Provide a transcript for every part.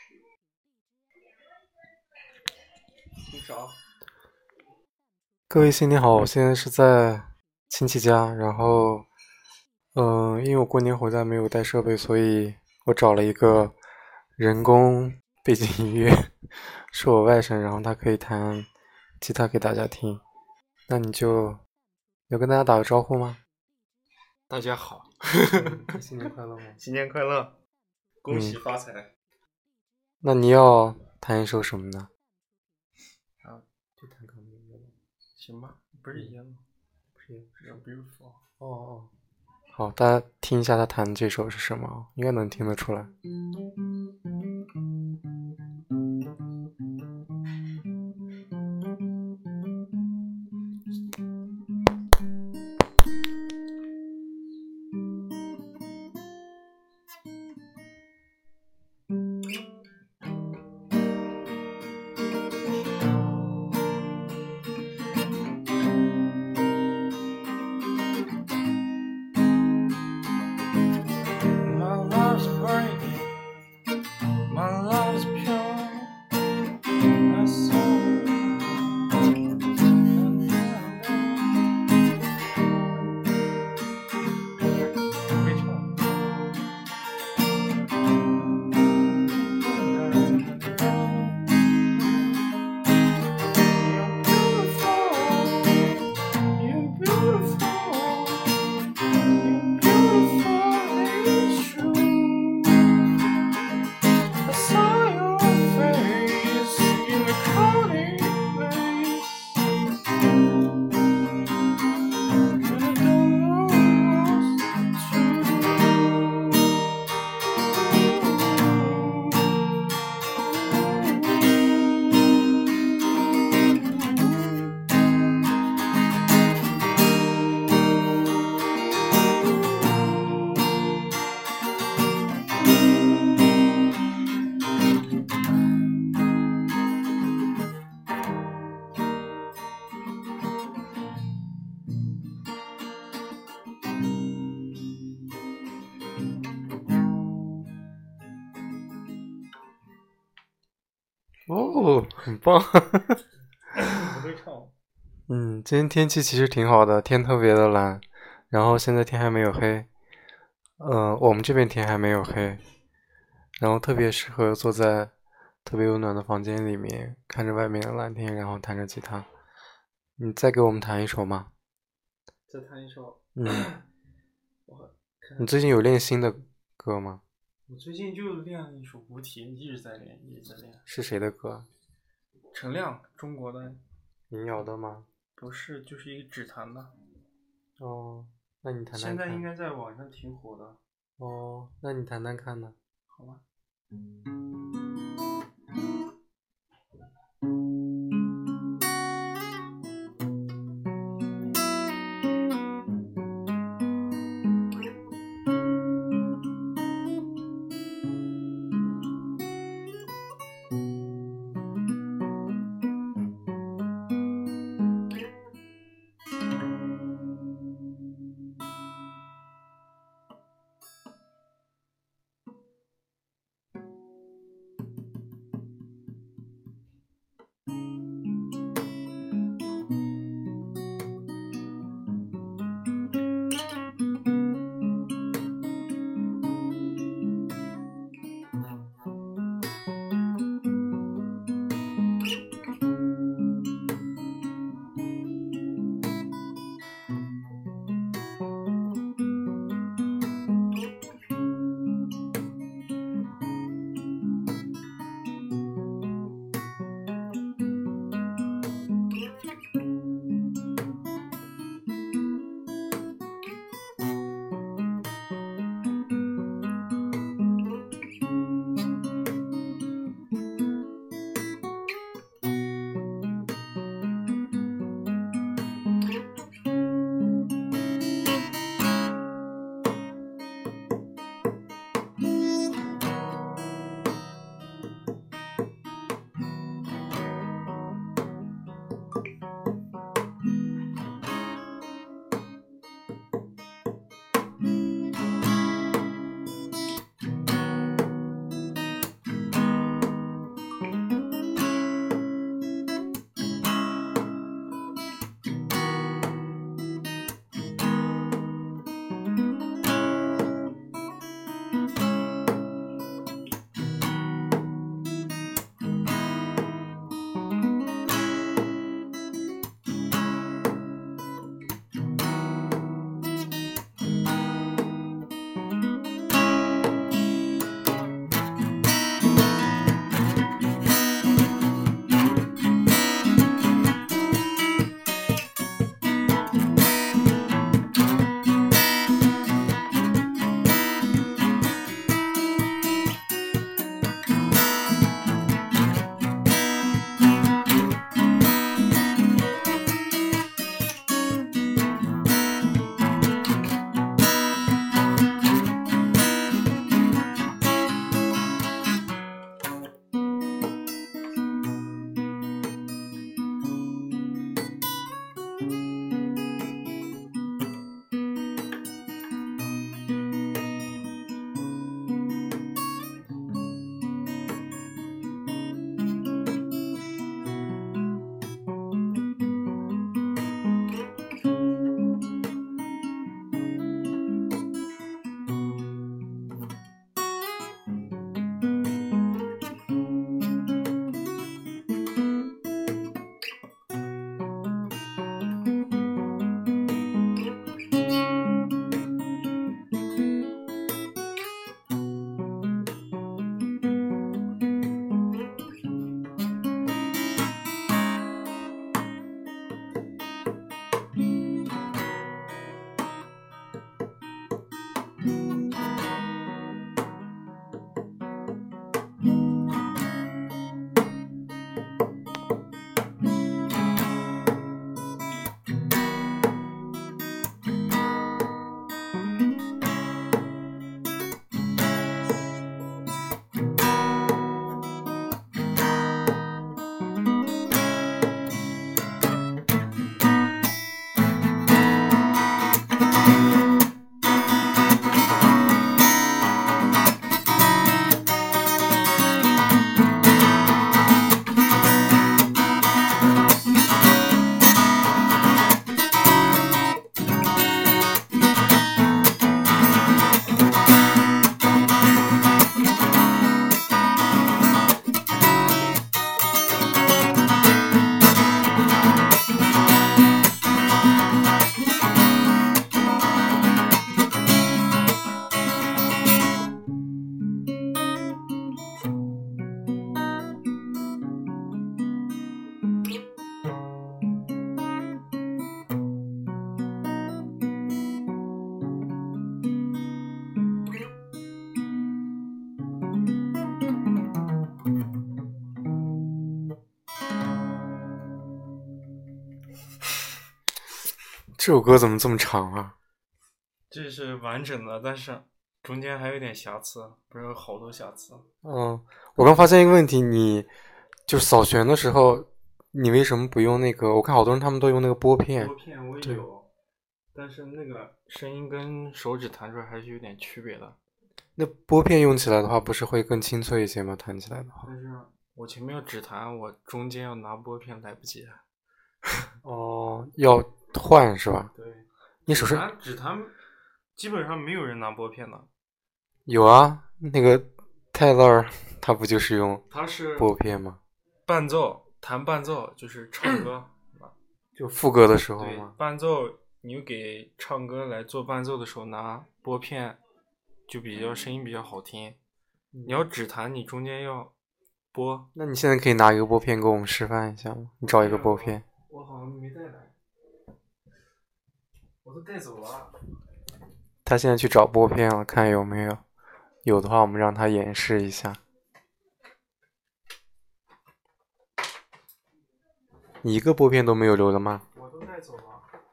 听啥？ 各位新年好，我现在是在亲戚家，然后，因为我过年回家没有带设备，所以我找了一个人工背景音乐，是我外甥，然后他可以弹吉他给大家听。那你就要跟大家打个招呼吗？ 大家好， 新年快乐吗？ 新年快乐，恭喜发财。 那你要弹一首什么呢？ 啊， 就弹钢琴的。 行吧，不是一样吗？ 不是， 是 beautiful。 哦，好，大家听一下他弹的这首是什么，应该能听得出来。哦，很棒。 不会唱。 今天天气其实挺好的，天特别的蓝，然后现在天还没有黑，我们这边天还没有黑，然后特别适合坐在特别温暖的房间里面，看着外面的蓝天，然后弹着吉他。你再给我们弹一首吗？ 再弹一首。 你最近有练新的歌吗？ 我最近就练了一首古体，一直在练，一直在练。 是谁的歌？ 陈亮，中国的。 民谣的吗？ 不是，就是一个指弹的。 哦，那你弹弹看。 现在应该在网上挺火的。 哦，那你弹弹看呢？ 好吧。 这首歌怎么这么长啊？ 这是完整的，但是中间还有点瑕疵，不是有好多瑕疵。 我刚发现一个问题，你就是扫弦的时候，你为什么不用那个？我看好多人他们都用那个拨片。 拨片我也有，但是那个声音跟手指弹出来还是有点区别的。 那拨片用起来的话，不是会更清脆一些吗？弹起来的话。 但是我前面要指弹，我中间要拿拨片来不及。 要换是吧？ 对， 你手上指弹基本上没有人拿拨片的。 有啊，那个泰勒尔他不就是用他是拨片吗？ 弹伴奏就是唱歌， 就副歌的时候对吗？ 伴奏你给唱歌来做伴奏的时候拿拨片，就比较声音比较好听。你要指弹，你中间要拨。 那你现在可以拿一个拨片给我们示范一下吗？你找一个拨片。 我好像没带来，我都带走了。 他现在去找拨片了，看有没有，有的话我们让他演示一下。你一个拨片都没有留了吗？ 我都带走了。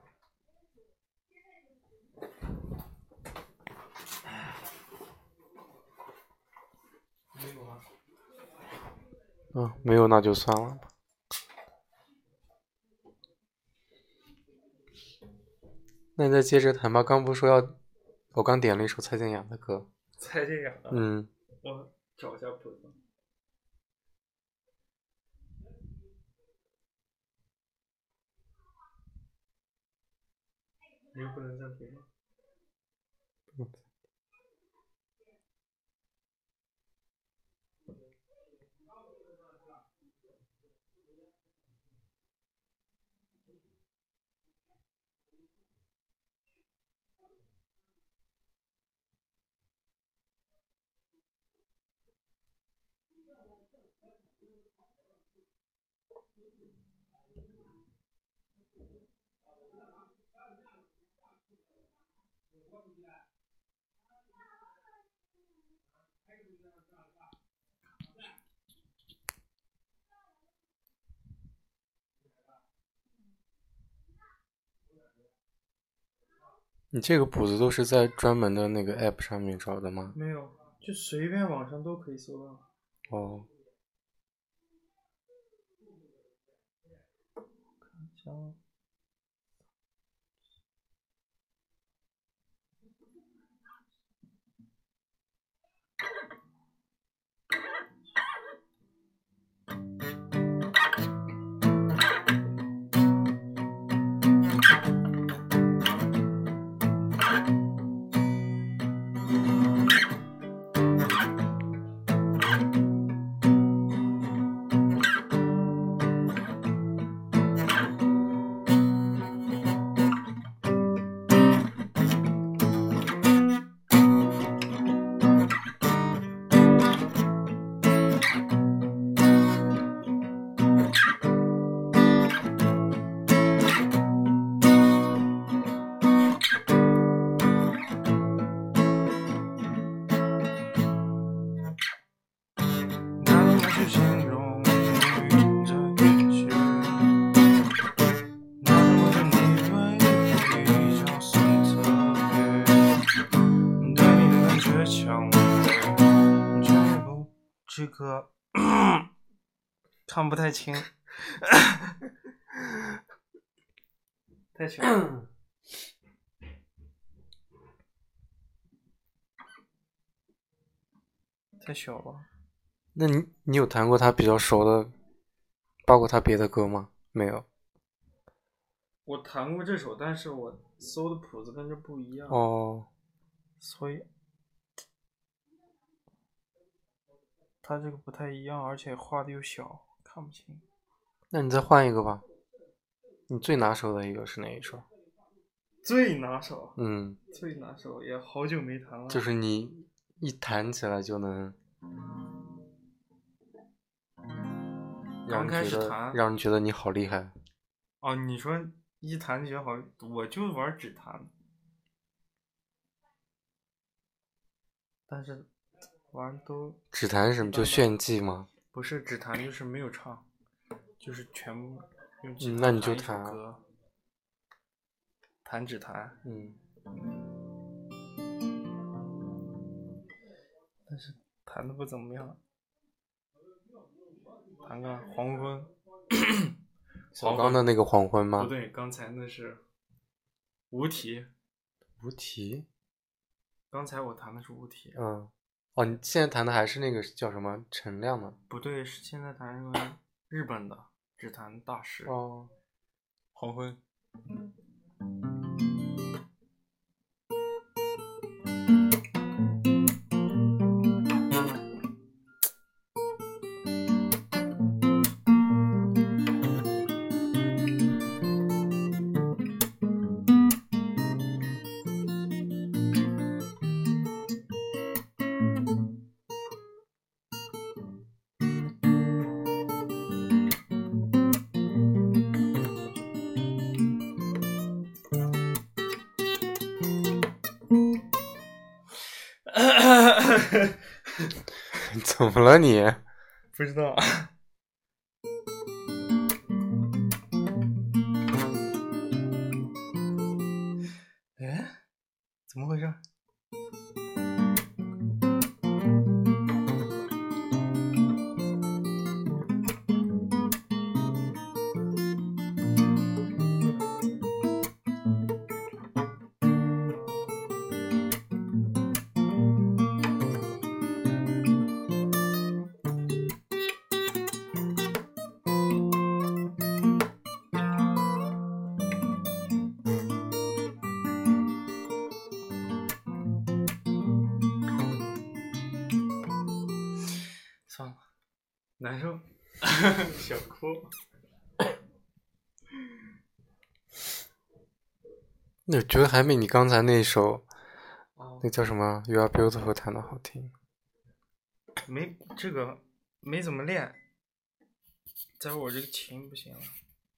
没有啊。 没有那就算了吧。那你再接着弹吧。刚不是说要，我刚点了一首蔡健雅的歌。 蔡健雅的。我找一下谱子。你又不能暂停吗？ 你这个谱子都是在专门的那个 app 上面找的吗？ 没有，就随便网上都可以搜到。看一下。这个看不太清。太小了。太小了。 那你有弹过他比较熟的，包括他别的歌吗？没有。 我弹过这首，但是我搜的谱子跟这不一样。所以它这个不太一样，而且画的又小，看不清。 那你再换一个吧。你最拿手的一个是哪一首？ 最拿手？ 最拿手也好久没弹了。 就是你一弹起来就能刚开始弹， 让人觉得你好厉害。 你说一弹就好，我就玩指弹，但是玩都指弹是什么？就炫技吗？ 不是指弹，就是没有唱，就是全部用指弹。 那你就弹。 弹指弹，但是弹的不怎么样。弹个黄昏。 小刚的那个黄昏吗？ 不对，刚才那是无题。 无题？ 刚才我弹的是无题。 哦，你现在弹的还是那个叫什么陈亮的？ 不对，是现在弹一个日本的指弹大师。 哦， 黄昏。 怎么了你？ 不知道。哎，怎么回事？算了，难受。想哭。 我觉得还没你刚才那首，那叫什么《You Are Beautiful》弹的好听。 这个没怎么练，再说我这个琴不行了。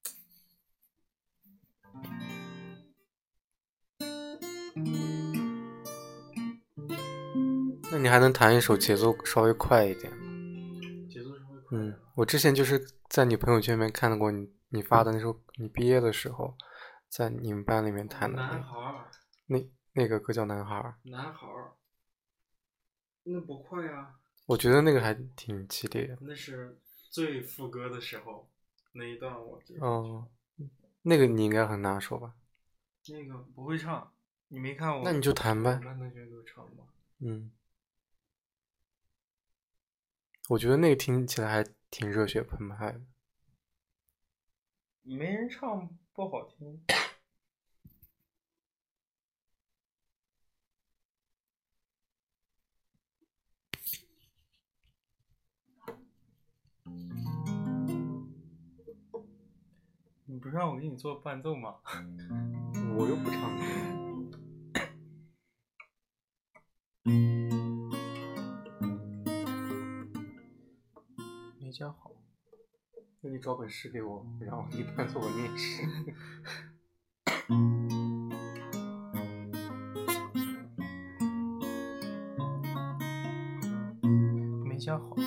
那你还能弹一首节奏稍微快一点？ 节奏稍微快。 我之前就是在你朋友圈里面看到过你发的那首，你毕业的时候在你们班里面弹的男孩。 那个歌叫男孩。 男孩，那不快啊。 我觉得那个还挺激烈的。 那是最副歌的时候那一段我记得。 哦，那个你应该很拿手吧？ 那个不会唱，你没看我？ 那你就弹呗。 我们同学都唱吗？ 我觉得那个听起来还挺热血澎湃的。 没人唱不好听。你不是让我给你做伴奏吗？ 我又不唱歌。 没教好。 那你找本诗给我，然后你伴奏我念诗。 没教好。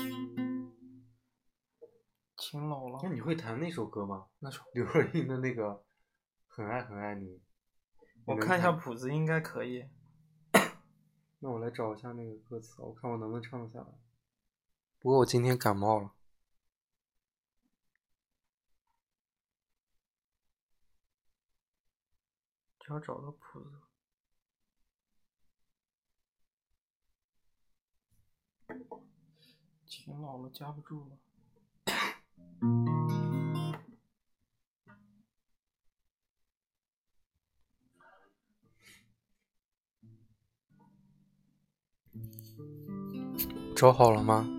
勤劳了。 那你会弹那首歌吗？ 那首刘若英的那个《很爱很爱你》。 我看一下谱子，应该可以。 那我来找一下那个歌词，我看我能不能唱得下来。不过我今天感冒了。 只要找到谱子。勤劳了，夹不住了。 找好了吗？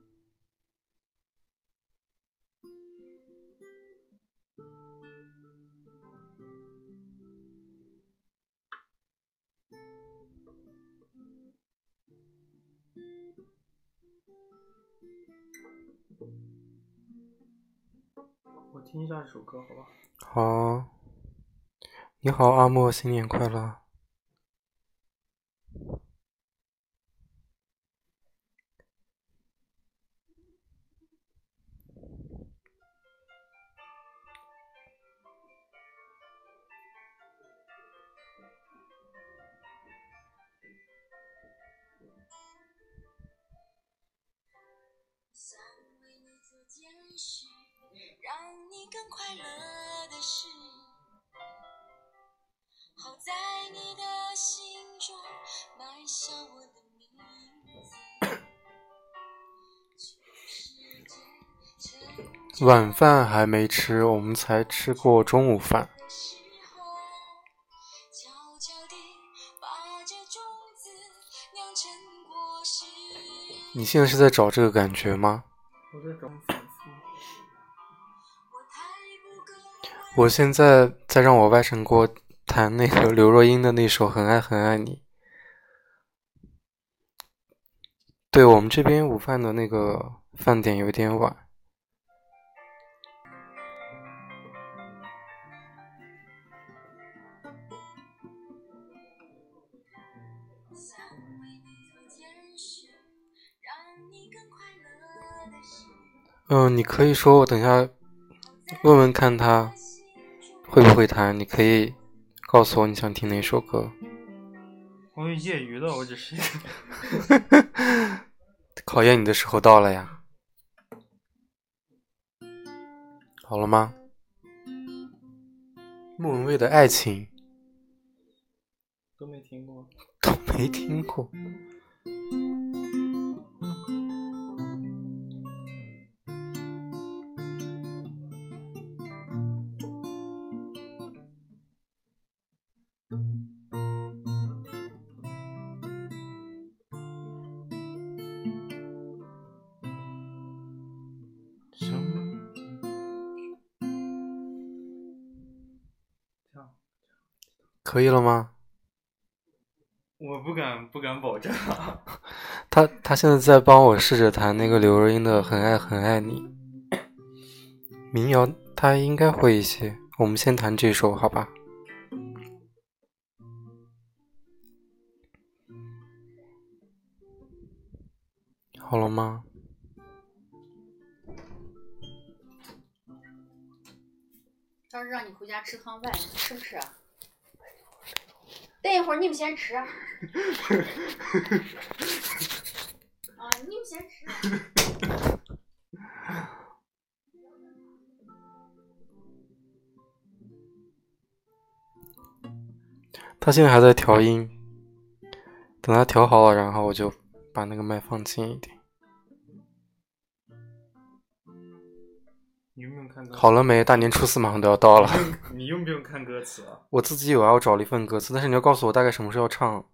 我听一下这首歌，好吧？ 好。你好，阿莫，新年快乐。 晚饭还没吃，我们才吃过中午饭。你现在是在找这个感觉吗？ 我在找反复。 我现在在让我外甥给我弹那个刘若英的那首《很爱很爱你》。对，我们这边午饭的那个饭点有点晚。你可以说我等下问问看他会不会弹，你可以告诉我你想听哪首歌。 我有业余的，我只是考验你的时候到了呀。好了吗？莫文蔚的爱情都没听过。 都没听过。可以了吗？ 我不敢保证啊。 他现在在帮我试着弹那个刘若英的《很爱很爱你》。民谣他应该会一些，我们先弹这首好吧？好了吗？ 要是让你回家吃趟饭，你吃不吃啊？等一会儿你们先吃啊！你们先吃。 他现在还在调音，等他调好了，然后我就把那个麦放近一点。 你用不用看歌词？ 好了没？大年初四马上都要到了。 你用不用看歌词啊？ 我自己有啊，我找了一份歌词，但是你要告诉我大概什么时候要唱。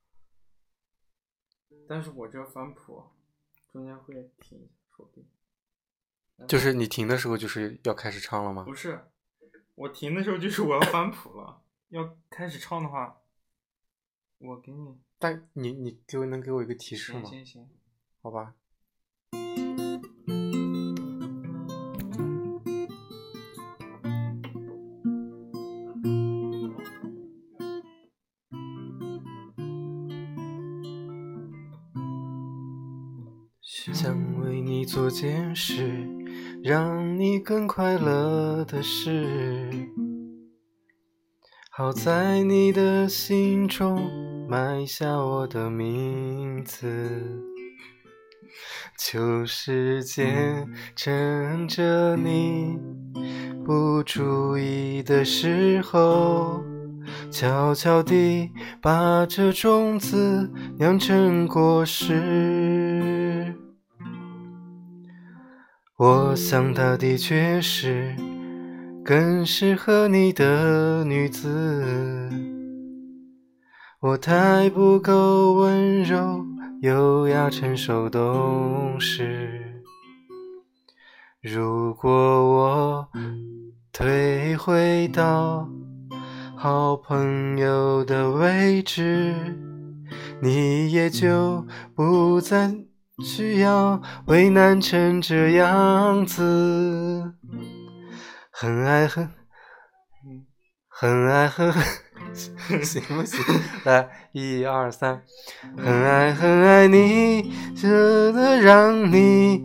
但是我这翻谱，中间会停，说不定。 就是你停的时候就是要开始唱了吗？ 不是，我停的时候就是我要翻谱了。要开始唱的话，我给你。 但你能给我一个提示吗？ 行， 好吧。想为你做件事，让你更快乐的事，好在你的心中埋下我的名字。旧时间趁着你不注意的时候，悄悄地把这种子酿成果实。我想她的确是更适合你的女子，我太不够温柔优雅成熟懂事。如果我退回到好朋友的位置，你也就不再需要为难成这样子。很爱很行不行？来，1、2、3，很爱很爱你，舍得让你，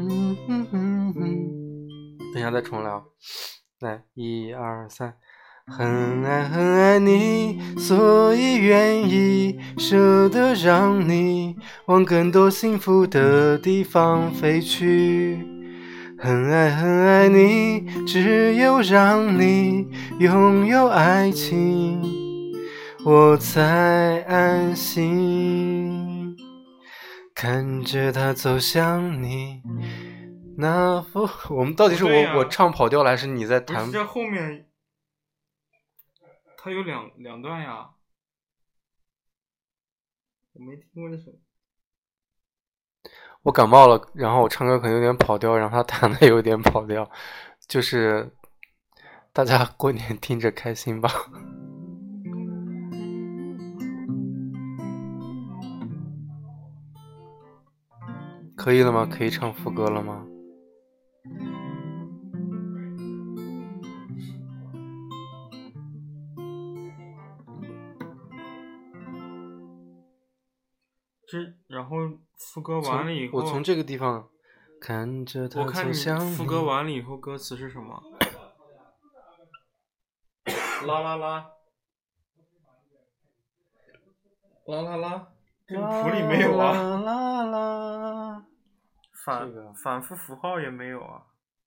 等一下再重来，来，1、2、3。很爱很爱你，所以愿意舍得让你往更多幸福的地方飞去。 很爱你，只有让你拥有爱情，我才安心。看着他走向你，那幅我们到底是我唱跑调了，还是你在弹？ 不是，这后面它有两段呀，我没听过这首。 我感冒了，然后我唱歌可能有点跑调，然后他弹的也有点跑调，就是大家过年听着开心吧。可以了吗？可以唱副歌了吗？ 然后副歌完了以后， 我从这个地方看着他走向你。 我看你副歌完了以后，歌词是什么？啦啦啦，啦啦啦，这个谱里没有啊。 啦啦啦， 反复符号也没有啊。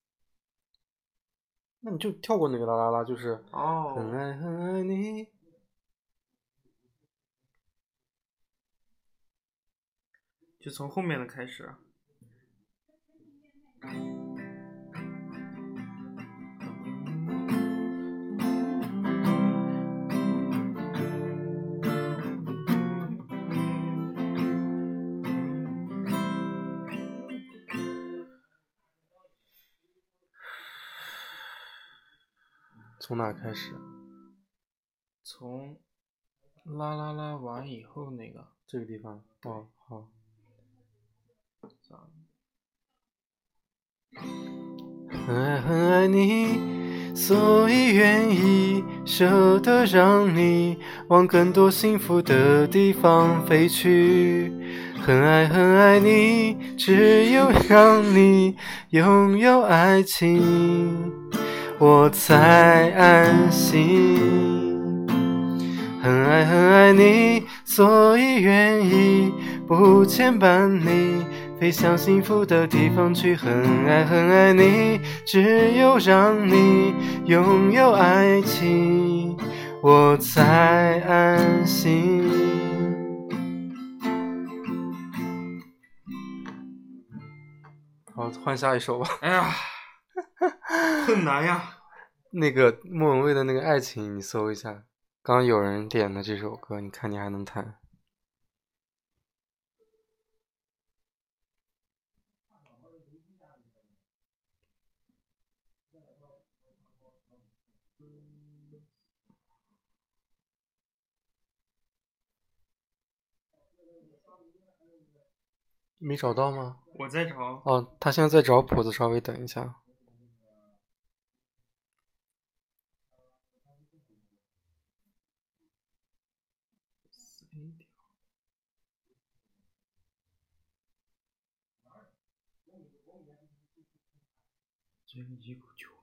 那你就跳过那个啦啦啦，就是哦， 很爱你。 就从后面的开始。 从哪开始？ 从啦啦啦完以后那个这个地方。哦，好。很爱你，所以愿意舍得让你往更多幸福的地方飞去。很爱你，只有让你拥有爱情，我才安心。很爱你，所以愿意不牵绊你飞向幸福的地方去。很爱你，只有让你拥有爱情，我才安心。好，换下一首吧。 哎呀，很难呀。 那个莫文蔚的那个爱情，你搜一下。刚刚有人点的这首歌，你看你还能弹？没找到吗？ 我在找。 哦，他现在在找谱子，稍微等一下。 这个一股酒味。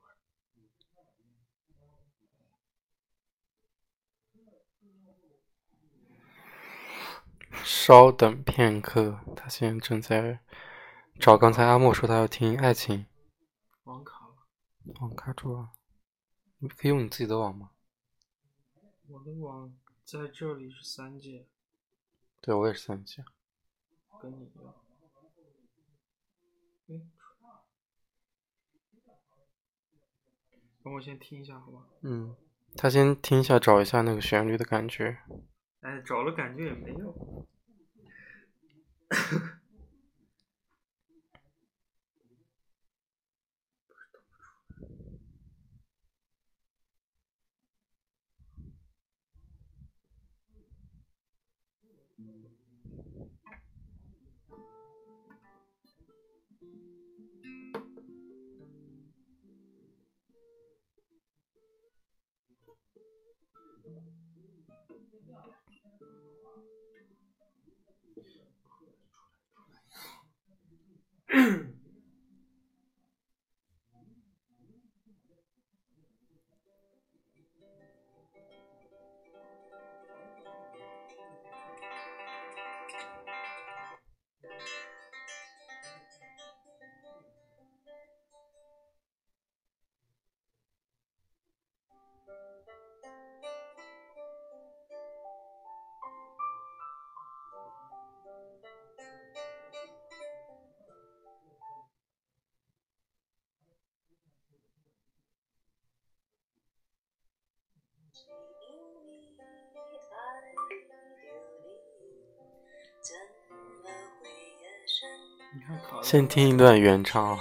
稍等片刻，他现在正在找刚才阿莫说他要听爱情。 网卡了。 网卡住了。你可以用你自己的网吗？ 我的网在这里是3G。 对，我也是3G。 跟你一样。等我先听一下好吧。 他先听一下，找一下那个旋律的感觉。 哎，找了感觉也没用。 先听一段原唱。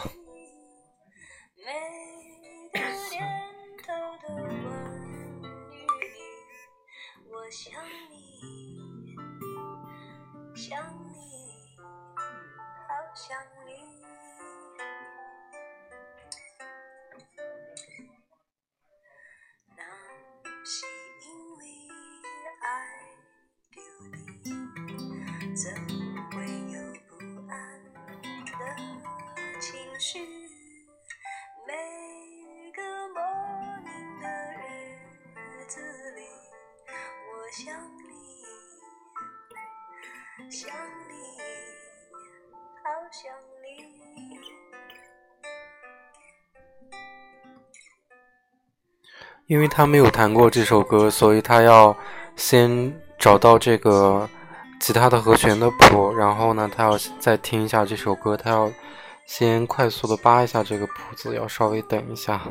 因为他没有弹过这首歌，所以他要先找到这个吉他的和弦的谱，然后呢他要再听一下这首歌，他要先快速的扒一下这个谱子，要稍微等一下。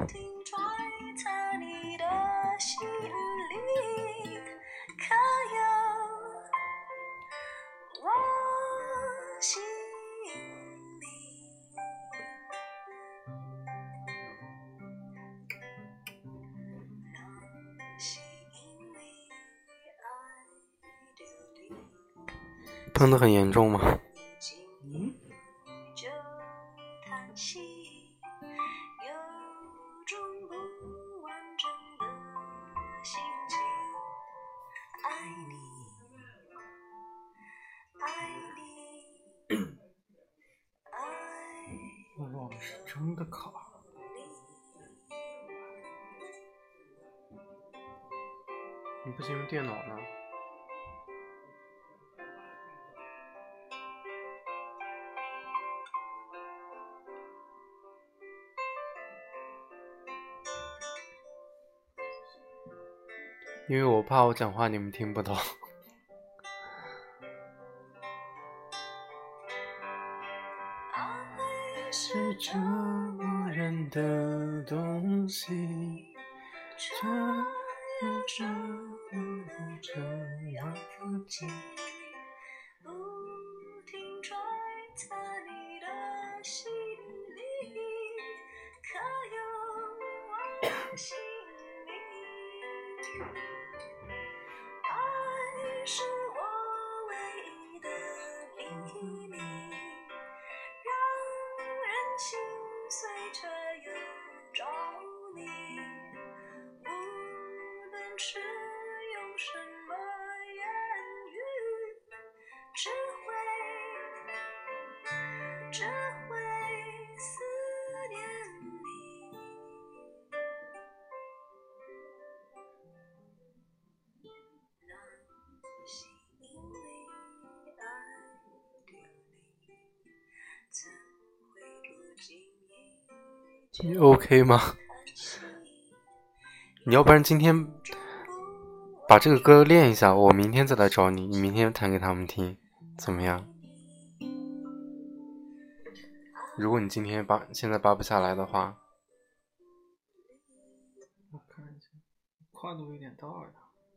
喷得很严重吗？ 我忘了是真的卡。 你不行用电脑呢？因为我怕我讲话你们听不到。爱是折磨人的东西，却又折磨得这样自己，不停揣测你的心里，可有我心里。爱是我唯一的秘密，让人心碎却又着迷，无论是用什么言语，只会思念你。那是因为爱丢你，怎会不经意？你 OK 吗？你要不然今天把这个歌练一下，我明天再来找你，你明天弹给他们听，怎么样？如果你今天现在扒不下来的话， 我看一下，跨度有点大呀。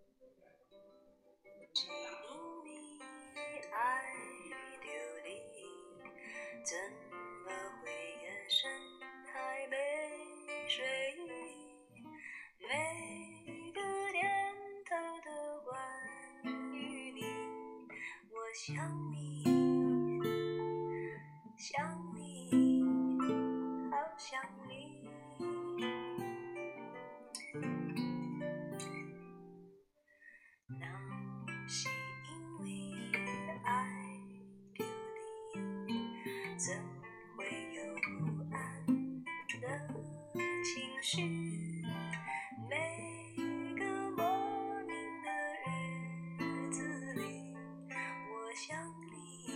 怎么会夜深还没睡？每个念头都关于你，我想你，想你，好想你。那是因为爱丢你，怎会有不安的情绪？每个莫名的日子里，我想你，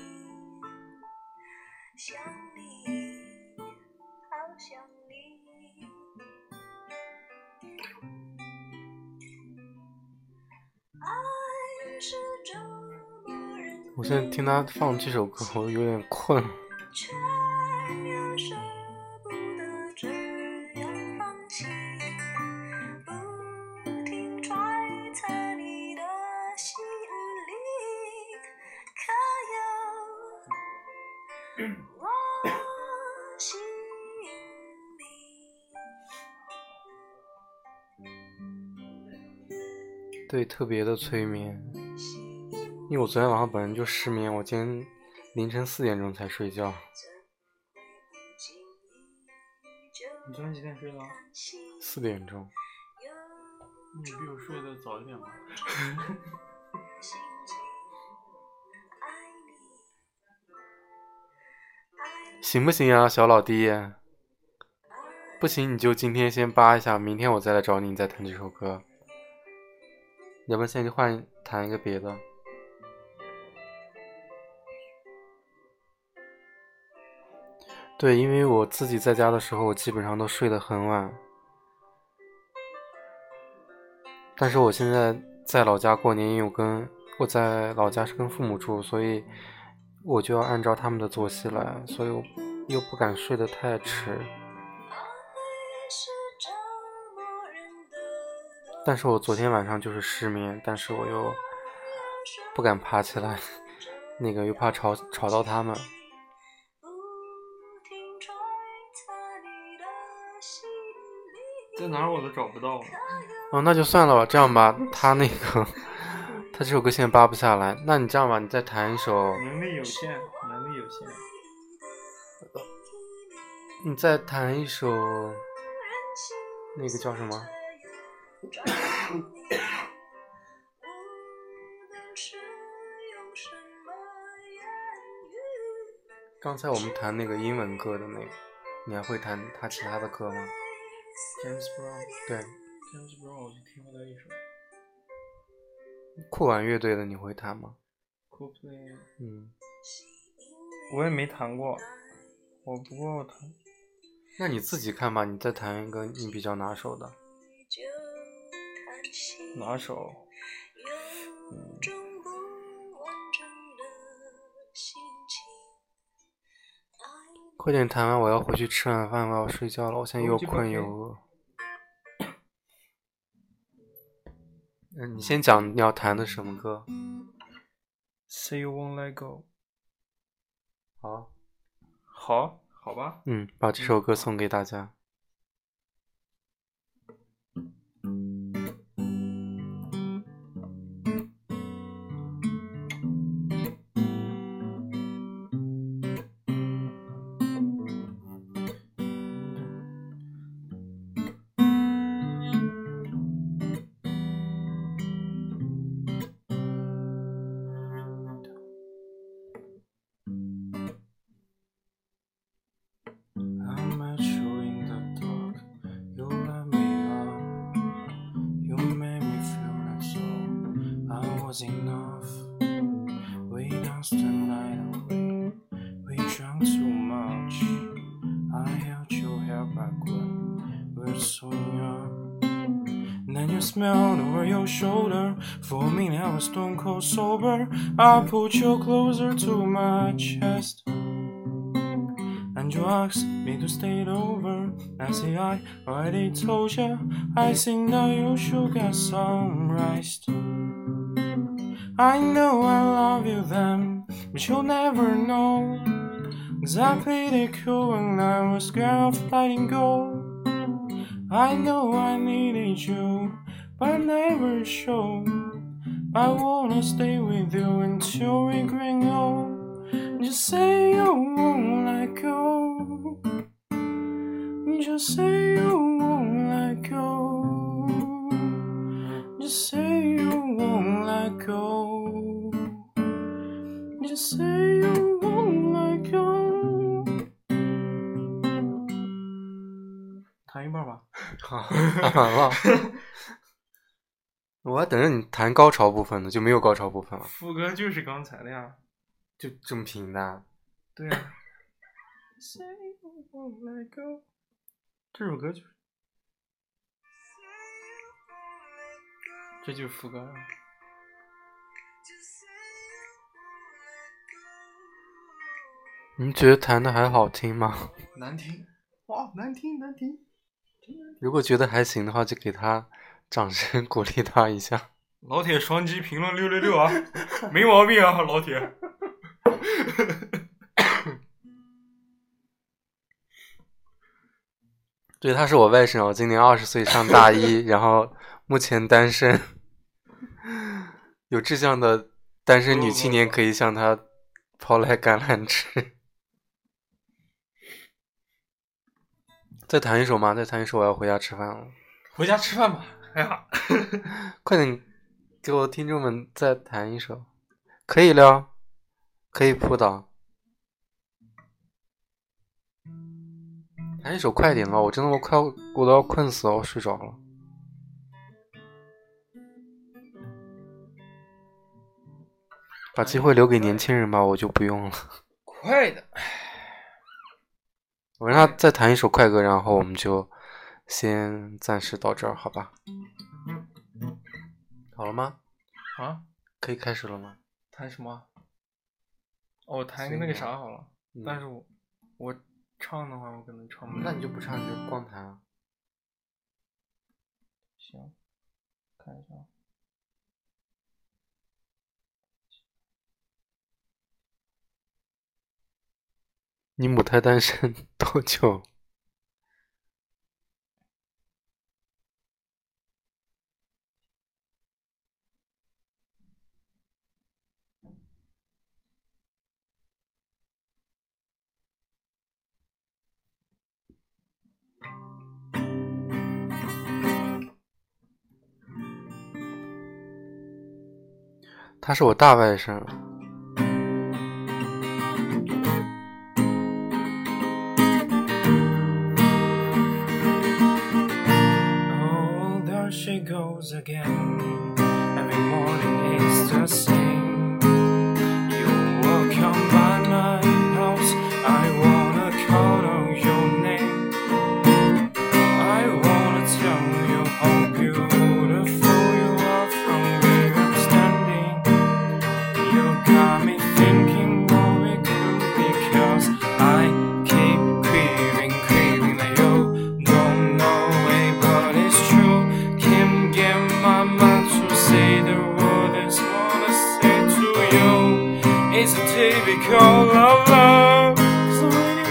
想你，好想你。爱是折磨人。 我现在听他放这首歌，我有点困。 却又舍不得这样放弃，不停揣测你的心里，可有我对，特别的催眠。因为我昨天晚上本人就失眠，我今天凌晨4点钟才睡觉。 你昨天几点睡的 ？4点钟。 你比我睡得早一点吧。 行不行啊，小老弟？不行你就今天先扒一下，明天我再来找你，你再弹这首歌。要不然现在就弹一个别的。对，因为我自己在家的时候，我基本上都睡得很晚。但是我现在在老家过年，因为我在老家是跟父母住，所以我就要按照他们的作息来，所以我又不敢睡得太迟。但是我昨天晚上就是失眠，但是我又不敢爬起来，又怕吵到他们。 在哪儿我都找不到。 那就算了吧。这样吧，他这首歌现在扒不下来，那你这样吧，你再弹一首。 能力有限。 你再弹一首，那个叫什么？刚才我们弹那个英文歌的你还会弹他其他的歌吗？ James Brown。 对， James Brown 我就听过他一首。 酷玩乐队的你会弹吗？ Coldplay。 我也没弹过，不过我弹。 那你自己看吧，你再弹一个你比较拿手的。 拿手。 快点弹完，我要回去吃晚饭，我要睡觉了，我现在又困又饿。你先讲你要弹的什么歌。 Say you won't let go。 好吧。 把这首歌送给大家。 Enough. We danced the night away. We drank too much. I held your hair back when we were so young. And then you smelled over your shoulder. For a minute I was stone cold sober. I pulled you closer to my chest. And you asked me to stay over. I say I already told you. I think that you should get some rest. I know I love you then, but you'll never know. 'Cause I played it cool when I was scared of letting go. I know I needed you, but I never showed. I wanna stay with you until we grow old. Just say you won't let go. Just say you won't let go. Just say you won't let go. Just say you won't let go. 弹一半吧。 好，弹完了。我还等着你弹高潮部分呢，就没有高潮部分了。 副歌就是刚才的呀。 就这么平淡。 对啊。Say you won't let go。这首歌就是。这就是副歌。 你觉得弹的还好听吗？ 难听。哇，难听。 如果觉得还行的话，就给他掌声鼓励他一下。 老铁双击评论666啊，没毛病啊，老铁。 对，他是我外甥，我今年20岁，上大一，然后目前单身。 有志向的单身女青年可以向他抛来橄榄枝。再弹一首吗？再弹一首，我要回家吃饭了。 回家吃饭吧。哎呀， 快点给我听众们再弹一首。可以了，可以扑倒。弹一首快点了，我真的我都要困死了，我睡着了。把机会留给年轻人吧，我就不用了。 快的。 我让他再弹一首快歌，然后我们就先暂时到这儿，好吧？好了吗？ 啊？ 可以开始了吗？ 弹什么？哦，弹个那个啥好了。但是我唱的话，我可能唱不了。 那你就不唱，你就光弹啊。 行，看一下。 你母胎单身多久？他是我大外甥。 Oh, there she goes again. Every morning is the same. You walk on by my house. I wanna call out your name. I wanna tell you how beautiful you are from where I'm standing. You got me thinking what we could be, 'cause I keep craving that you don't know it, but it's true. Can't get my mind to say the words I wanna say to you. It's a typical love. So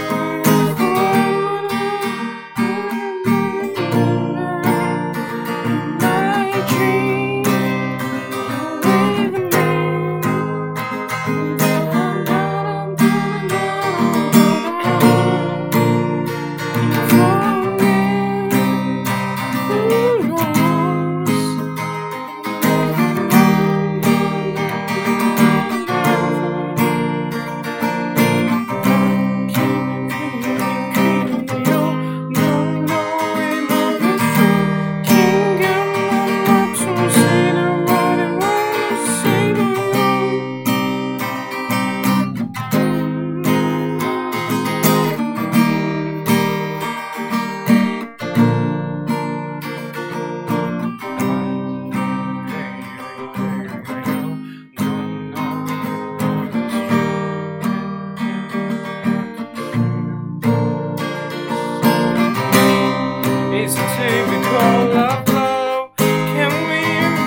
it's a typical love. Can we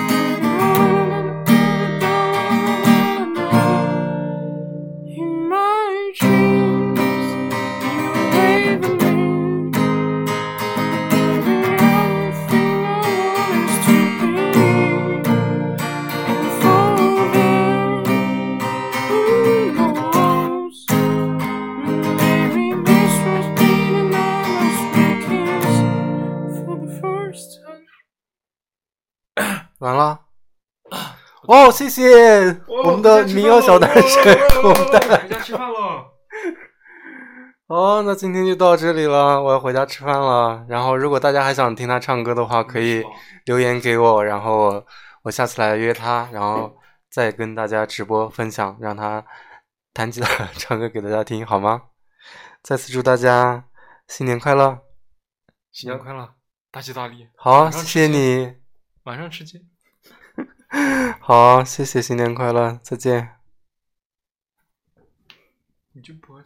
in my dreams you wave at me. Everything I want is to be and for them. Who knows? Maybe this was being our last weekends for the first time. 完了。哦，谢谢我们的民谣小男神口袋。 回家吃饭了。 哦，那今天就到这里了，我要回家吃饭了。然后，如果大家还想听他唱歌的话，可以留言给我，然后我下次来约他，然后再跟大家直播分享，让他弹吉他唱歌给大家听，好吗？再次祝大家新年快乐！ 新年快乐，大吉大利。 好，谢谢你。 晚上吃鸡。 好，谢谢，新年快乐，再见。 你就播。